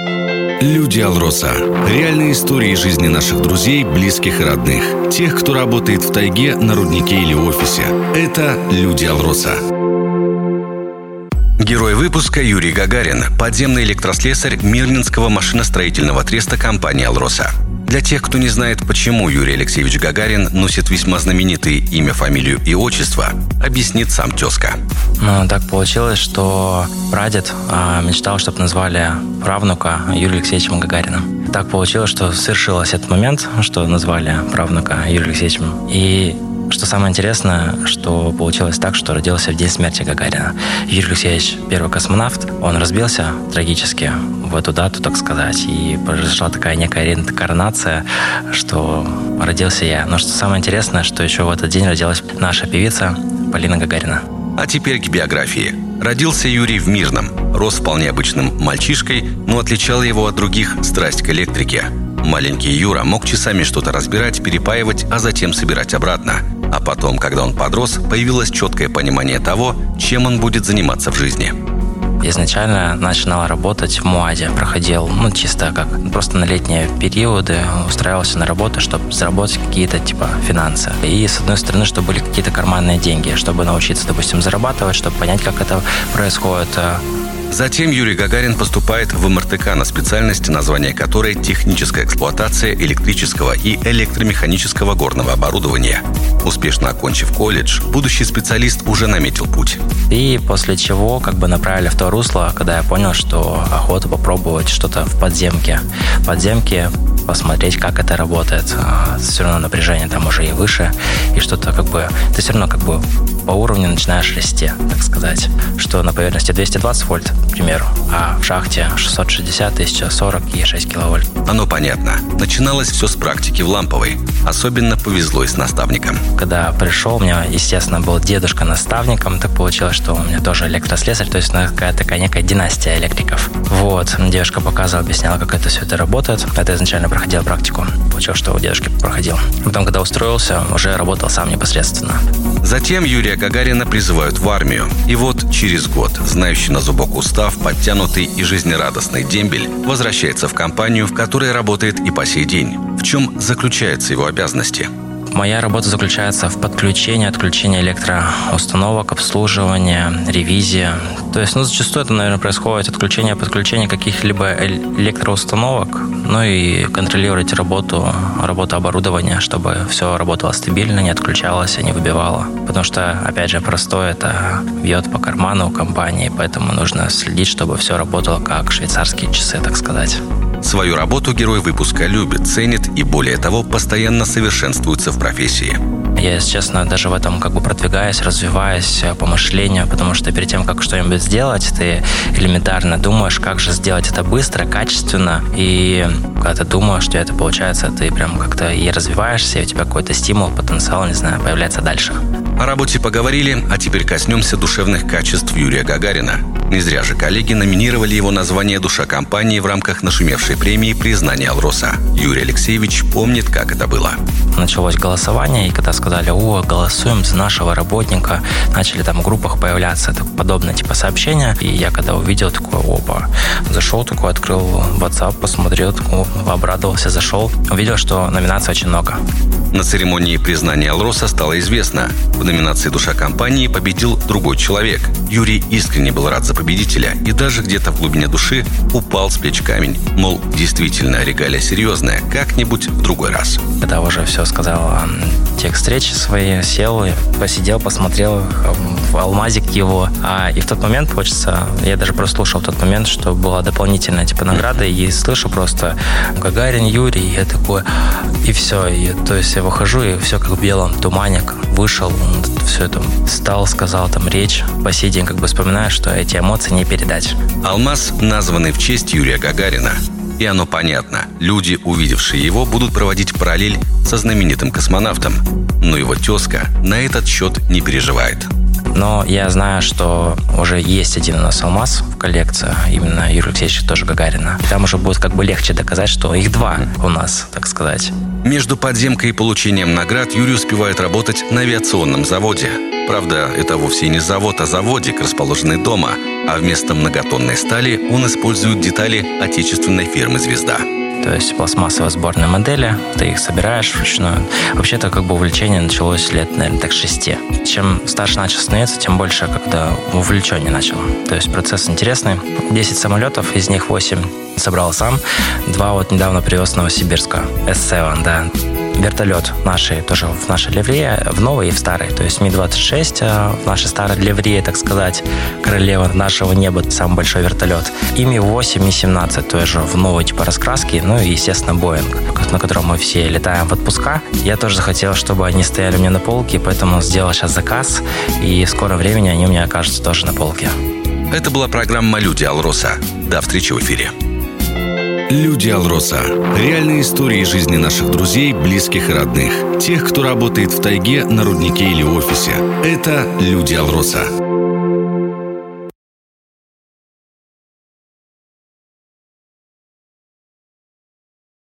Люди Алроса. Реальные истории жизни наших друзей, близких и родных. Тех, кто работает в тайге, на руднике или офисе. Это Люди Алроса. Герой выпуска Юрий Гагарин, подземный электрослесарь Мирнинского машиностроительного треста компании «Алроса». Для тех, кто не знает, почему Юрий Алексеевич Гагарин носит весьма знаменитые имя, фамилию и отчество, объяснит сам тезка. Так получилось, что прадед мечтал, чтобы назвали правнука Юрием Алексеевичем Гагариным. Так получилось, что свершилось этот момент, что назвали правнука Юрием Алексеевичем. И что самое интересное, что получилось так, что родился в день смерти Гагарина. Юрий Алексеевич, первый космонавт, он разбился трагически в эту дату, так сказать, и произошла такая некая реинкарнация, что родился я. Но что самое интересное, что еще в этот день родилась наша певица Полина Гагарина. А теперь к биографии. Родился Юрий в Мирном. Рос вполне обычным мальчишкой, но отличала его от других страсть к электрике. Маленький Юра мог часами что-то разбирать, перепаивать, а затем собирать обратно. А потом, когда он подрос, появилось четкое понимание того, чем он будет заниматься в жизни. Изначально начинал работать в МУАДе, проходил, чисто как просто на летние периоды, устраивался на работу, чтобы заработать какие-то финансы. И с одной стороны, чтобы были какие-то карманные деньги, чтобы научиться, допустим, зарабатывать, чтобы понять, как это происходит. Затем Юрий Гагарин поступает в МРТК на специальность, название которой «Техническая эксплуатация электрического и электромеханического горного оборудования». Успешно окончив колледж, будущий специалист уже наметил путь. И после чего направили в то русло, когда я понял, что охота попробовать что-то в подземке. В подземке посмотреть, как это работает. Все равно напряжение там уже и выше, и что-то ты все равно по уровню начинаешь расти, так сказать. Что на поверхности 220 вольт, к примеру, а в шахте 660, 1040 и 6 киловольт. Оно понятно. Начиналось все с практики в Ламповой. Особенно повезло и с наставником. Когда пришел, у меня, естественно, был дедушка наставником. Так получилось, что у меня тоже электрослесарь, то есть какая-то такая некая династия электриков. Девушка показывала, объясняла, как это все это работает. Это изначально проходил практику. Получилось, что у дедушки проходил. Потом, когда устроился, уже работал сам непосредственно. Затем Юрия Гагарина призывают в армию. И вот через год, знающий на зубок устав, подтянутый и жизнерадостный дембель возвращается в компанию, в которой работает и по сей день. В чем заключаются его обязанности? Моя работа заключается в подключении, отключении электроустановок, обслуживании, ревизии. То есть, зачастую это, наверное, происходит подключение каких-либо электроустановок, и контролировать работу оборудования, чтобы все работало стабильно, не отключалось, не выбивало. Потому что, опять же, простое это бьет по карману у компании, поэтому нужно следить, чтобы все работало как швейцарские часы, так сказать. Свою работу герой выпуска любит, ценит и, более того, постоянно совершенствуется в профессии. Я, если честно, даже в этом продвигаюсь, развиваюсь по мышлению, потому что перед тем, как что-нибудь сделать, ты элементарно думаешь, как же сделать это быстро, качественно. И когда ты думаешь, что это получается, ты прям как-то и развиваешься, и у тебя какой-то стимул, потенциал, появляется дальше. О работе поговорили, а теперь коснемся душевных качеств Юрия Гагарина. Не зря же коллеги номинировали его на звание «Душа компании» в рамках нашумевшей премии «Признание Алроса». Юрий Алексеевич помнит, как это было. Началось голосование, и когда сказали: голосуем за нашего работника, начали в группах появляться подобные сообщения. И я когда увидел, зашел, открыл WhatsApp, посмотрел, обрадовался, зашел. Увидел, что номинаций очень много. На церемонии признания Алроса стало известно: в номинации «Душа компании» победил другой человек. Юрий искренне был рад за победителя и даже где-то в глубине души упал с плеч камень. Мол, действительно, регалия серьезная, как-нибудь в другой раз. Когда уже все сказал, текст встречи своей, сел, посидел, посмотрел в алмазик его. И в тот момент я даже прослушал тот момент, что была дополнительная награда, и слышу просто Гагарин Юрий, и я такой, и все. То есть я выхожу, и все как в белом тумане, вышел, все это встал, сказал речь. По сей день вспоминаю, что эти эмоции не передать. Алмаз, названный в честь Юрия Гагарина. И оно понятно. Люди, увидевшие его, будут проводить параллель со знаменитым космонавтом. Но его тезка на этот счет не переживает. Но я знаю, что уже есть один у нас алмаз в коллекции, именно Юрия Алексеевича тоже Гагарина. И там уже будет легче доказать, что их два у нас, так сказать. Между подземкой и получением наград Юрий успевает работать на авиационном заводе. Правда, это вовсе не завод, а заводик, расположенный дома, а вместо многотонной стали он использует детали отечественной фирмы «Звезда». То есть пластмассовые сборные модели, ты их собираешь вручную. Вообще-то как бы увлечение началось лет, наверное, так 6. Чем старше начал становиться, тем больше когда увлечение начало. То есть процесс интересный. 10 самолетов, из них 8 собрал сам. 2 вот недавно привез с Новосибирска. S7, да. Вертолет нашей, тоже в нашей ливрее, в новой и в старой. То есть Ми-26 в нашей старой ливрее, так сказать, королева нашего неба, самый большой вертолет. И Ми-8, Ми-17 тоже в новой типа раскраске. Ну и, естественно, Боинг, на котором мы все летаем в отпуска. Я тоже захотел, чтобы они стояли у меня на полке, поэтому сделал сейчас заказ. И в скором времени они у меня окажутся тоже на полке. Это была программа «Люди Алроса». До встречи в эфире. Люди Алроса. Реальные истории жизни наших друзей, близких и родных. Тех, кто работает в тайге, на руднике или офисе. Это Люди Алроса.